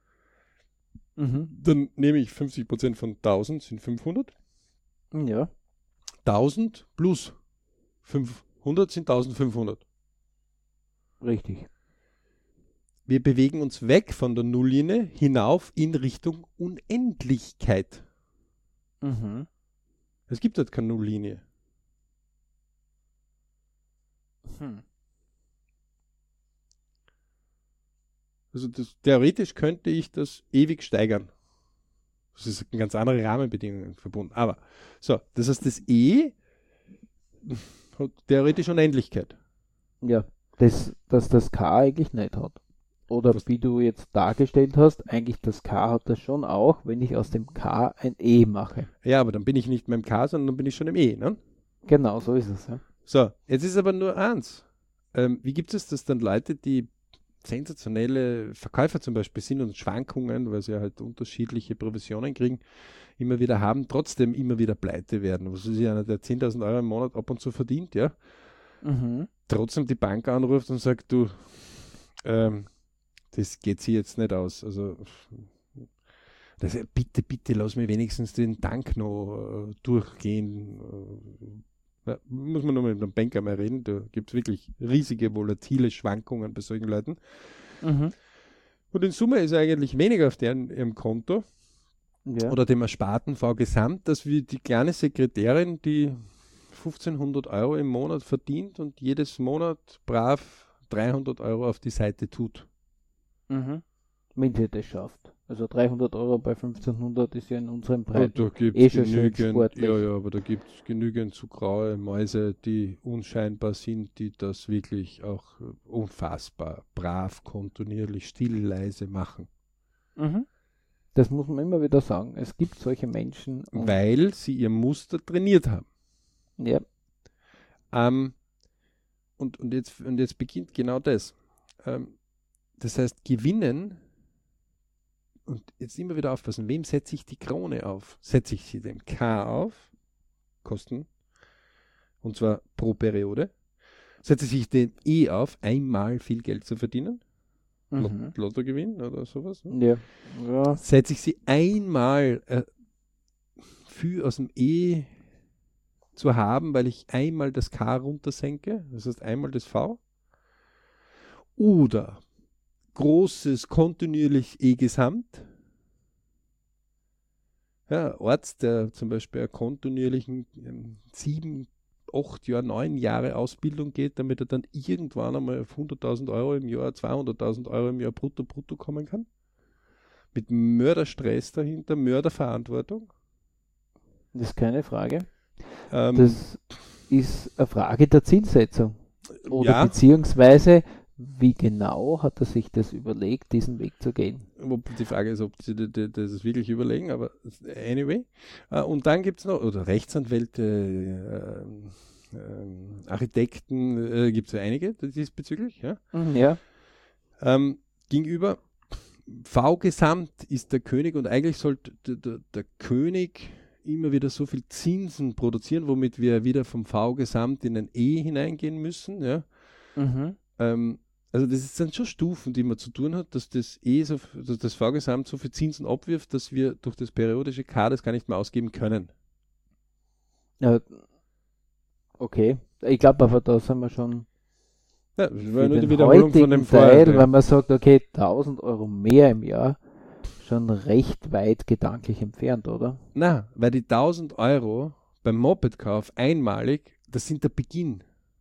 dann nehme ich 50% von 1000 sind 500. Ja. 1000 plus 500 sind 1500. Richtig. Wir bewegen uns weg von der Nulllinie hinauf in Richtung Unendlichkeit. Es gibt dort keine Nulllinie. Also theoretisch könnte ich das ewig steigern. Das ist eine ganz andere Rahmenbedingungen verbunden. Aber so, das heißt, das E hat theoretisch Unendlichkeit. Ja, das K eigentlich nicht hat. Oder wie du jetzt dargestellt hast, eigentlich das K hat das schon auch, wenn ich aus dem K ein E mache. Ja, aber dann bin ich nicht mehr im K, sondern dann bin ich schon im E, ne? Genau, so ist es. Ja. So, jetzt ist aber nur eins. Wie gibt es das dann Leute, die sensationelle Verkäufer zum Beispiel sind und Schwankungen, weil sie halt unterschiedliche Provisionen kriegen, immer wieder haben, trotzdem immer wieder pleite werden. Was ist ja einer, der 10.000 Euro im Monat ab und zu verdient, ja? Trotzdem die Bank anruft und sagt, du, das geht sich jetzt nicht aus. Also bitte lass mich wenigstens den Dank noch durchgehen. Ja, muss man nur mit einem Banker mal reden. Da gibt es wirklich riesige volatile Schwankungen bei solchen Leuten. Und in Summe ist eigentlich weniger auf ihrem Konto oder dem ersparten V-Gesamt, dass wir die kleine Sekretärin, die 1.500 Euro im Monat verdient und jedes Monat brav 300 Euro auf die Seite tut. Wenn sie das schafft. Also 300 Euro bei 1.500 ist ja in unserem Preis da gibt's schon schön sportlich. Ja, aber da gibt es genügend so graue Mäuse, die unscheinbar sind, die das wirklich auch unfassbar brav, kontinuierlich, still, leise machen. Das muss man immer wieder sagen. Es gibt solche Menschen. Weil sie ihr Muster trainiert haben. Ja. Und jetzt beginnt genau das. Das heißt, gewinnen, und jetzt immer wieder aufpassen, wem setze ich die Krone auf? Setze ich sie dem K auf, Kosten, und zwar pro Periode. Setze ich den E auf, einmal viel Geld zu verdienen, Lottogewinn oder sowas. Ne? Ja. Setze ich sie einmal viel aus dem E zu haben, weil ich einmal das K runtersenke, das heißt einmal das V. Oder großes, kontinuierlich E-Gesamt. Ja, Arzt, der zum Beispiel einen kontinuierlichen 7, 8 Jahre, 9 Jahre Ausbildung geht, damit er dann irgendwann einmal auf 100.000 Euro im Jahr, 200.000 Euro im Jahr brutto kommen kann. Mit Mörderstress dahinter, Mörderverantwortung. Das ist keine Frage. Das ist eine Frage der Zielsetzung. Oder beziehungsweise, wie genau hat er sich das überlegt, diesen Weg zu gehen? Die Frage ist, ob sie das wirklich überlegen, aber anyway. Und dann gibt es noch, oder Rechtsanwälte, Architekten, gibt es ja einige diesbezüglich. Ja. Gegenüber V-Gesamt ist der König und eigentlich sollte der König immer wieder so viel Zinsen produzieren, womit wir wieder vom V-Gesamt in ein E hineingehen müssen. Ja. Also das sind schon Stufen, die man zu tun hat, dass das das V-Gesamt so viel Zinsen abwirft, dass wir durch das periodische K das gar nicht mehr ausgeben können. Ja, okay. Ich glaube aber, da sind wir schon ja, das war nur die Wiederholung von dem Teil, weil man sagt, okay, 1.000 Euro mehr im Jahr, schon recht weit gedanklich entfernt, oder? Na, weil die 1.000 Euro beim Mopedkauf einmalig, das sind der Beginn.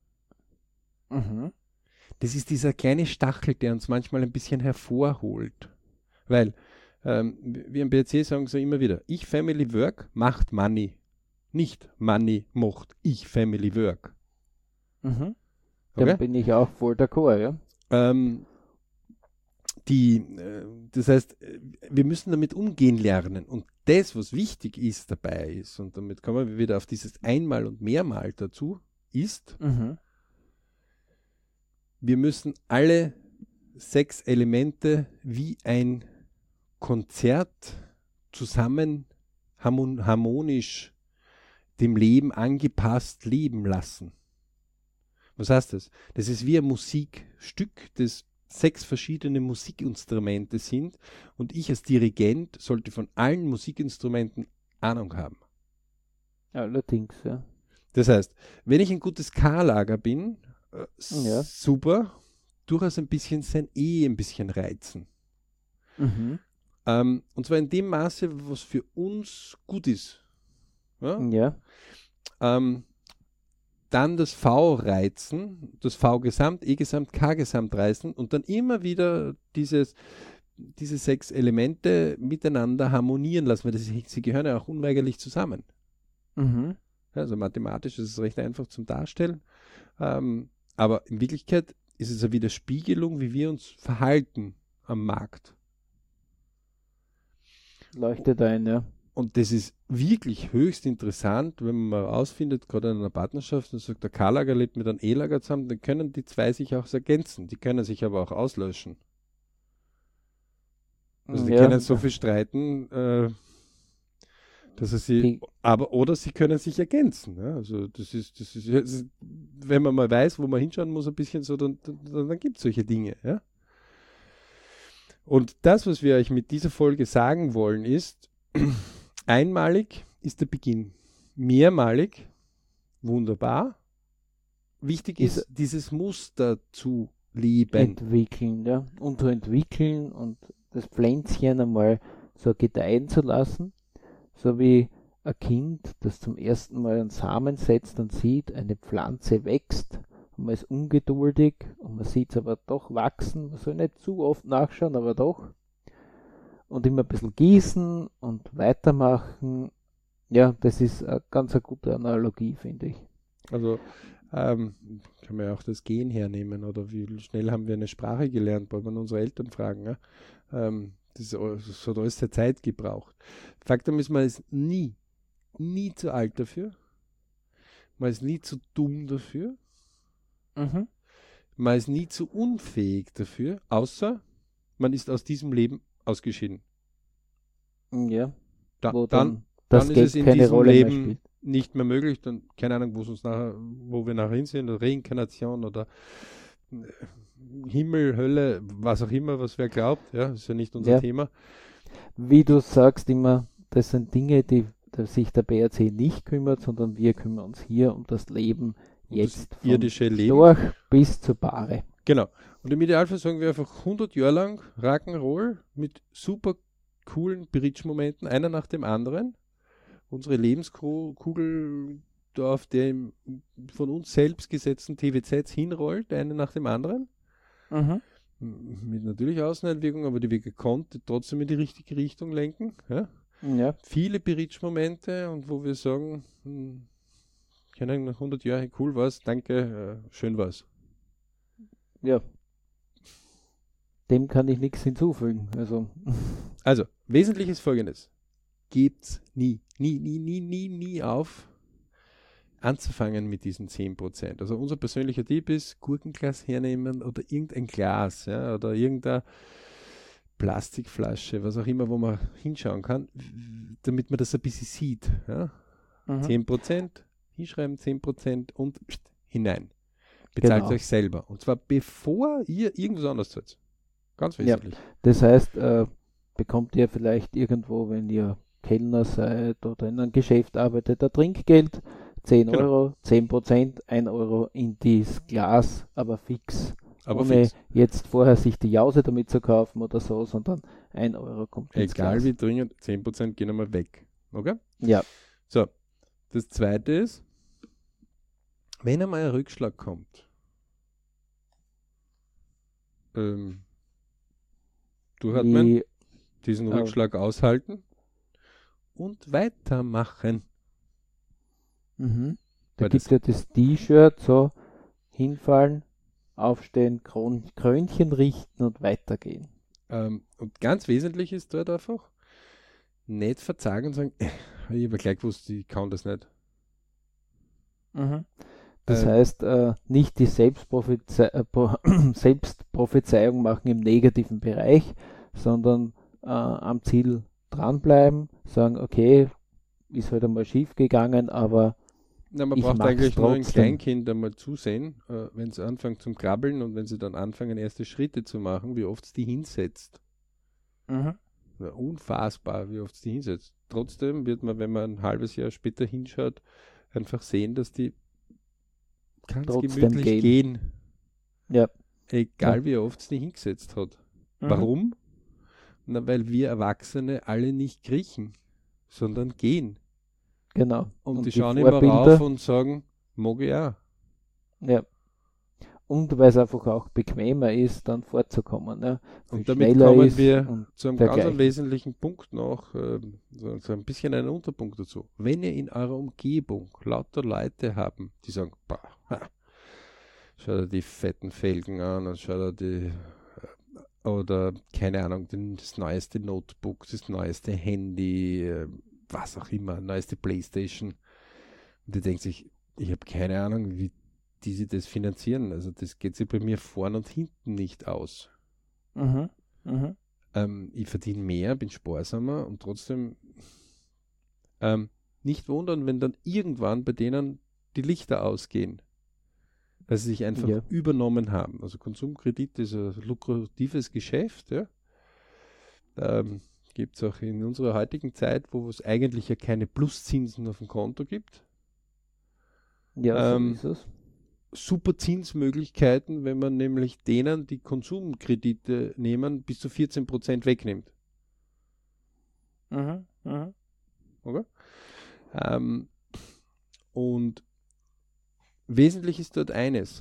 Das ist dieser kleine Stachel, der uns manchmal ein bisschen hervorholt. Weil wir im BRC sagen so immer wieder, ich Family Work macht Money. Nicht Money macht ich Family Work. Okay? Dann bin ich auch voll d'accord, ja. Das heißt, wir müssen damit umgehen lernen. Und das, was wichtig ist dabei ist, und damit kommen wir wieder auf dieses Einmal und Mehrmal dazu, ist, wir müssen alle 6 Elemente wie ein Konzert zusammen harmonisch dem Leben angepasst leben lassen. Was heißt das? Das ist wie ein Musikstück, das 6 verschiedene Musikinstrumente sind und ich als Dirigent sollte von allen Musikinstrumenten Ahnung haben. Allerdings, ja. Das heißt, wenn ich ein gutes K-Lager bin, super, durchaus ein bisschen sein ein bisschen reizen. Und zwar in dem Maße, was für uns gut ist. Ja. Dann das V reizen, das V-Gesamt, E-Gesamt, K-Gesamt reizen und dann immer wieder diese 6 Elemente miteinander harmonieren lassen, weil sie gehören ja auch unweigerlich zusammen. Also mathematisch ist es recht einfach zum Darstellen, aber in Wirklichkeit ist es eine Widerspiegelung, wie wir uns verhalten am Markt. Leuchtet ein, ja. Und das ist wirklich höchst interessant, wenn man mal rausfindet, gerade in einer Partnerschaft, und sagt, der K-Lager lebt mit einem E-Lager zusammen, dann können die zwei sich auch ergänzen. Die können sich aber auch auslöschen. Also die können so viel streiten, dass sie oder sie können sich ergänzen. Ja? Also das ist, wenn man mal weiß, wo man hinschauen muss, ein bisschen so, dann gibt es solche Dinge. Ja? Und das, was wir euch mit dieser Folge sagen wollen, ist, einmalig ist der Beginn. Mehrmalig, wunderbar. Wichtig ist, dieses Muster zu lieben. Entwickeln, ja. Und zu entwickeln und das Pflänzchen einmal so gedeihen zu lassen. So wie ein Kind, das zum ersten Mal einen Samen setzt und sieht, eine Pflanze wächst. Und man ist ungeduldig und man sieht es aber doch wachsen. Man soll nicht zu oft nachschauen, aber doch. Und immer ein bisschen gießen und weitermachen. Ja, das ist eine ganz gute Analogie, finde ich. Also kann man ja auch das Gehen hernehmen oder wie schnell haben wir eine Sprache gelernt, wollen wir unsere Eltern fragen. Ja? Das hat alles der Zeit gebraucht. Faktum ist, man ist nie zu alt dafür. Man ist nie zu dumm dafür. Mhm. Man ist nie zu unfähig dafür, außer man ist aus diesem Leben ausgeschieden. Ja. Dann ist es in diesem Leben nicht mehr möglich. Dann, keine Ahnung, wo wir nachher hin sind, oder Reinkarnation oder Himmel, Hölle, was auch immer, was wer glaubt. Ja, ist ja nicht unser Thema. Wie du sagst immer, das sind Dinge, die sich der BRC nicht kümmert, sondern wir kümmern uns hier um das Leben jetzt, das irdische Leben. Durch bis zur Bahre. Genau. Und im Idealfall sagen wir einfach 100 Jahre lang Rock'n'Roll mit super coolen Bridge-Momenten, einer nach dem anderen. Unsere Lebenskugel da auf dem von uns selbst gesetzten TWZs hinrollt, eine nach dem anderen. Mhm. Mit natürlich Außeneinwirkungen, aber die wir gekonnt trotzdem in die richtige Richtung lenken. Ja? Ja. Viele Bridge-Momente und wo wir sagen, keine Ahnung, nach 100 Jahren, cool war's, danke, schön war's. Ja. Dem kann ich nichts hinzufügen. Also, wesentlich ist Folgendes. Gebt's nie auf, anzufangen mit diesen 10%. Also unser persönlicher Tipp ist, Gurkenglas hernehmen oder irgendein Glas, ja, oder irgendeine Plastikflasche, was auch immer, wo man hinschauen kann, damit man das ein bisschen sieht. Ja. 10%, hinschreiben 10% und hinein. Bezahlt euch selber. Und zwar bevor ihr irgendwas anderes zahlt. Ganz wesentlich. Ja, das heißt, bekommt ihr vielleicht irgendwo, wenn ihr Kellner seid oder in einem Geschäft arbeitet, ein Trinkgeld, 10 Euro, 10%, 1 Euro in dieses Glas, aber fix. Aber ohne jetzt vorher sich die Jause damit zu kaufen oder so, sondern 1 Euro kommt ins Glas. Egal wie dringend, 10% gehen einmal weg. Okay? Ja. So, das zweite ist, wenn einmal ein Rückschlag kommt, durchatmen, diesen Rückschlag aushalten und weitermachen. Da gibt es ja das T-Shirt, so hinfallen, aufstehen, Krönchen richten und weitergehen. Und ganz wesentlich ist dort einfach, nicht verzagen und sagen, ich habe gleich gewusst, ich kann das nicht. Das heißt, nicht die Selbstprophezeiung machen im negativen Bereich, sondern am Ziel dranbleiben, sagen, okay, ist halt einmal schief gegangen, aber man braucht eigentlich nur ein Kleinkind einmal zusehen, wenn sie anfangen zum Krabbeln und wenn sie dann anfangen, erste Schritte zu machen, wie oft es die hinsetzt. Ja, unfassbar, wie oft es die hinsetzt. Trotzdem wird man, wenn man ein halbes Jahr später hinschaut, einfach sehen, dass die ganz trotzdem gemütlich gehen. Ja. Egal wie oft es die hingesetzt hat. Warum? Na, weil wir Erwachsene alle nicht kriechen, sondern gehen. Genau. Und die schauen immer rauf und sagen, mag ich auch. Ja. Und weil es einfach auch bequemer ist, dann fortzukommen. Ja. Und damit kommen wir zu einem ganz wesentlichen Punkt noch, so ein bisschen einen Unterpunkt dazu. Wenn ihr in eurer Umgebung lauter Leute haben, die sagen, schau dir die fetten Felgen an und schau dir die, oder keine Ahnung, das neueste Notebook, das neueste Handy, was auch immer, neueste Playstation. Und die denkt sich, ich habe keine Ahnung, wie die sie das finanzieren. Also das geht sich bei mir vorn und hinten nicht aus. Mhm. Mhm. Ich verdiene mehr, bin sparsamer und trotzdem nicht wundern, wenn dann irgendwann bei denen die Lichter ausgehen, weil sie sich einfach übernommen haben. Also Konsumkredit ist ein lukratives Geschäft. Ja? Gibt es auch in unserer heutigen Zeit, wo es eigentlich ja keine Pluszinsen auf dem Konto gibt. Ja, so ist es. Super Zinsmöglichkeiten, wenn man nämlich denen, die Konsumkredite nehmen, bis zu 14% wegnimmt. Mhm. Mhm. Okay? Und wesentlich ist dort eines.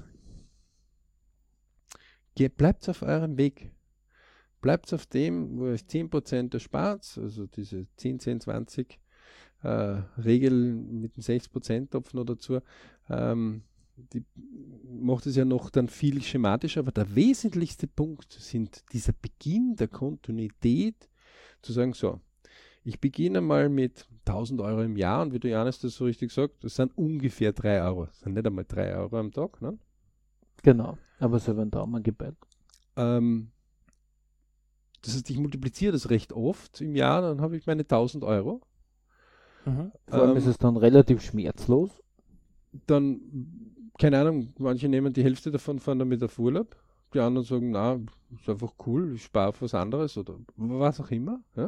Bleibt auf eurem Weg. Bleibt auf dem, wo ihr 10% erspart, also diese 10, 10, 20 Regel mit dem 60%-Topf noch dazu. Die macht es ja noch dann viel schematischer, aber der wesentlichste Punkt sind dieser Beginn der Kontinuität, zu sagen, so, ich beginne mal mit 1.000 Euro im Jahr und wie der Johannes das so richtig sagt, das sind ungefähr 3 Euro. Das sind nicht einmal 3 Euro am Tag. Ne? Genau, aber so über den Daumen gepeilt. Das heißt, ich multipliziere das recht oft im Jahr, dann habe ich meine 1.000 Euro. Mhm. Vor allem ist es dann relativ schmerzlos. Dann, keine Ahnung, manche nehmen die Hälfte davon, fahren damit auf Urlaub. Die anderen sagen, na, ist einfach cool, ich spare auf was anderes oder was auch immer. Ja?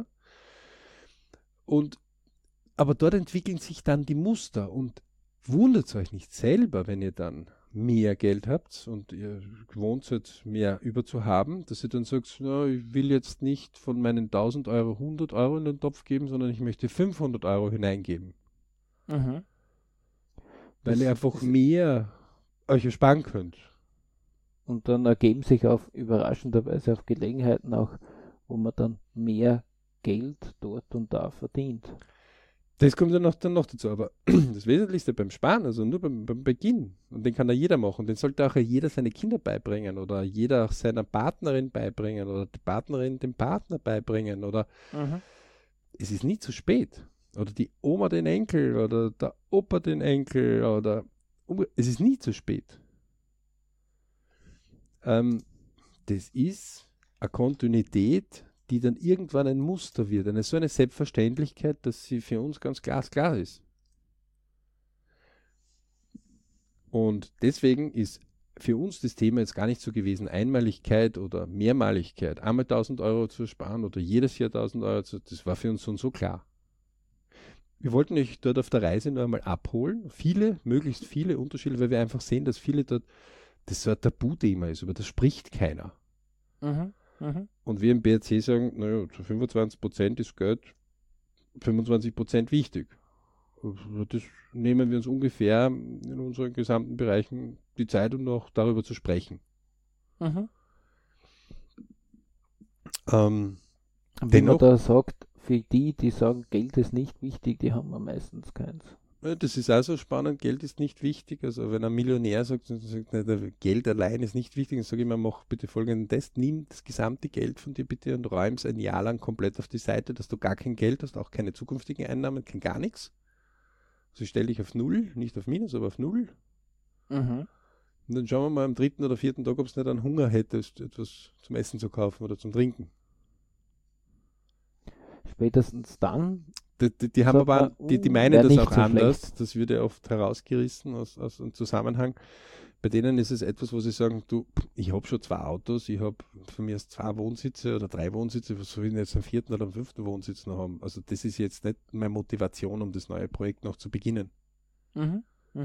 Aber dort entwickeln sich dann die Muster und wundert euch nicht selber, wenn ihr dann mehr Geld habt und ihr gewohnt seid, mehr über zu haben, dass ihr dann sagt, na, ich will jetzt nicht von meinen 1.000 Euro 100 Euro in den Topf geben, sondern ich möchte 500 Euro hineingeben. Mhm. Weil ihr einfach mehr euch ersparen könnt. Und dann ergeben sich auf überraschenderweise auf Gelegenheiten auch, wo man dann mehr Geld dort und da verdient. Das kommt dann noch dazu, aber das Wesentlichste beim Sparen, also nur beim Beginn, und den kann ja jeder machen, den sollte auch jeder seine Kinder beibringen oder jeder auch seiner Partnerin beibringen oder die Partnerin dem Partner beibringen oder es ist nie zu spät. Oder die Oma den Enkel oder der Opa den Enkel oder es ist nie zu spät. Das ist eine Kontinuität, die dann irgendwann ein Muster wird. So eine Selbstverständlichkeit, dass sie für uns ganz glasklar ist. Und deswegen ist für uns das Thema jetzt gar nicht so gewesen, Einmaligkeit oder Mehrmaligkeit, einmal 1.000 Euro zu sparen oder jedes Jahr 1.000 Euro das war für uns schon so klar. Wir wollten euch dort auf der Reise nur einmal abholen, möglichst viele Unterschiede, weil wir einfach sehen, dass viele dort, das so ein Tabuthema ist, über das spricht keiner. Und wir im BRC sagen, naja, zu 25% ist Geld 25% wichtig. Das nehmen wir uns ungefähr in unseren gesamten Bereichen die Zeit, um noch darüber zu sprechen. Wenn man da sagt, für die sagen, Geld ist nicht wichtig, die haben meistens keins. Das ist auch so spannend, Geld ist nicht wichtig. Also wenn ein Millionär sagt, Geld allein ist nicht wichtig, dann sage ich mir, mach bitte folgenden Test, nimm das gesamte Geld von dir bitte und räum es ein Jahr lang komplett auf die Seite, dass du gar kein Geld hast, auch keine zukünftigen Einnahmen, kein gar nichts. Also stell dich auf Null, nicht auf Minus, aber auf Null. Und dann schauen wir mal am 3. oder 4. Tag, ob es nicht einen Hunger hättest, etwas zum Essen zu kaufen oder zum Trinken. Spätestens dann. Die haben aber, die meinen das auch so anders. schlecht. Das wird ja oft herausgerissen aus einem Zusammenhang. Bei denen ist es etwas, wo sie sagen, du, ich habe schon 2 Autos, ich habe von mir aus 2 Wohnsitze oder 3 Wohnsitze, was soll ich denn jetzt einen 4. oder einen 5. Wohnsitz noch haben? Also das ist jetzt nicht meine Motivation, um das neue Projekt noch zu beginnen. Und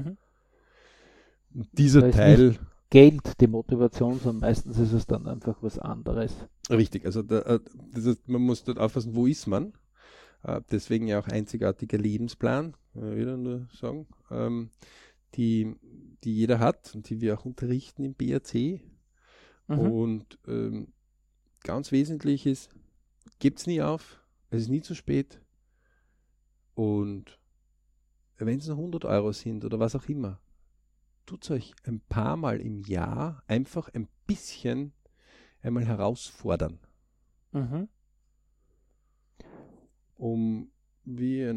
dieser Teil... Geld die Motivation, sondern meistens ist es dann einfach was anderes. Richtig, also das heißt, man muss dort aufpassen, wo ist man? Deswegen ja auch einzigartiger Lebensplan, wieder nur sagen, die jeder hat und die wir auch unterrichten im BRC. Und ganz wesentlich ist, gebt es nie auf, es ist nie zu spät. Und wenn es nur 100 Euro sind oder was auch immer, tut euch ein paar Mal im Jahr einfach ein bisschen einmal herausfordern. Um wie ein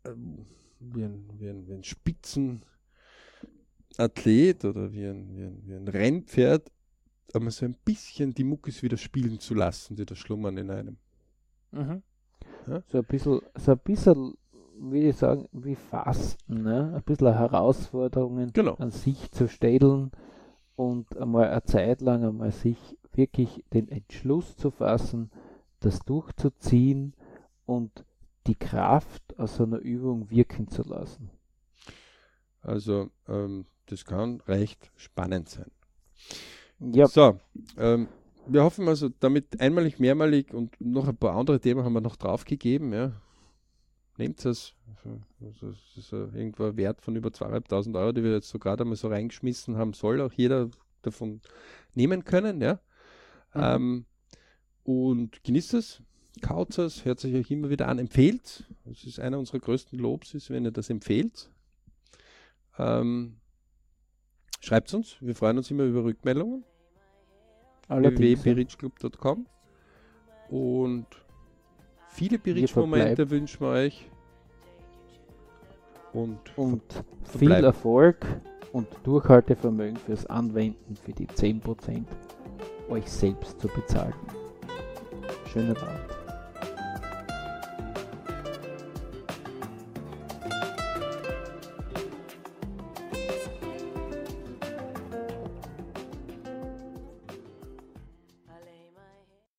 Spitzenathlet oder wie ein Rennpferd einmal so ein bisschen die Muckis wieder spielen zu lassen, die da schlummern in einem. Ja? So ein bisschen, würde ich sagen, wie Fasten, ne? Ein bisschen Herausforderungen an sich zu stellen und einmal eine Zeit lang einmal sich wirklich den Entschluss zu fassen, das durchzuziehen und die Kraft aus so einer Übung wirken zu lassen. Also das kann recht spannend sein. Ja. So, wir hoffen also damit einmalig, mehrmalig und noch ein paar andere Themen haben wir noch draufgegeben. Ja. Nehmt es. Also, das ist irgendwo ein Wert von über 2.500 €, die wir jetzt so gerade einmal so reingeschmissen haben, soll auch jeder davon nehmen können. Ja. Und genießt es, kaut es, hört sich euch immer wieder an, empfehlt. Das ist einer unserer größten Lobs, ist, wenn ihr das empfehlt. Schreibt uns, wir freuen uns immer über Rückmeldungen. www.berichclub.com und viele Berich-Momente wünschen wir euch. Und viel Erfolg und Durchhaltevermögen fürs Anwenden, für die 10% euch selbst zu bezahlen. Schönen Abend.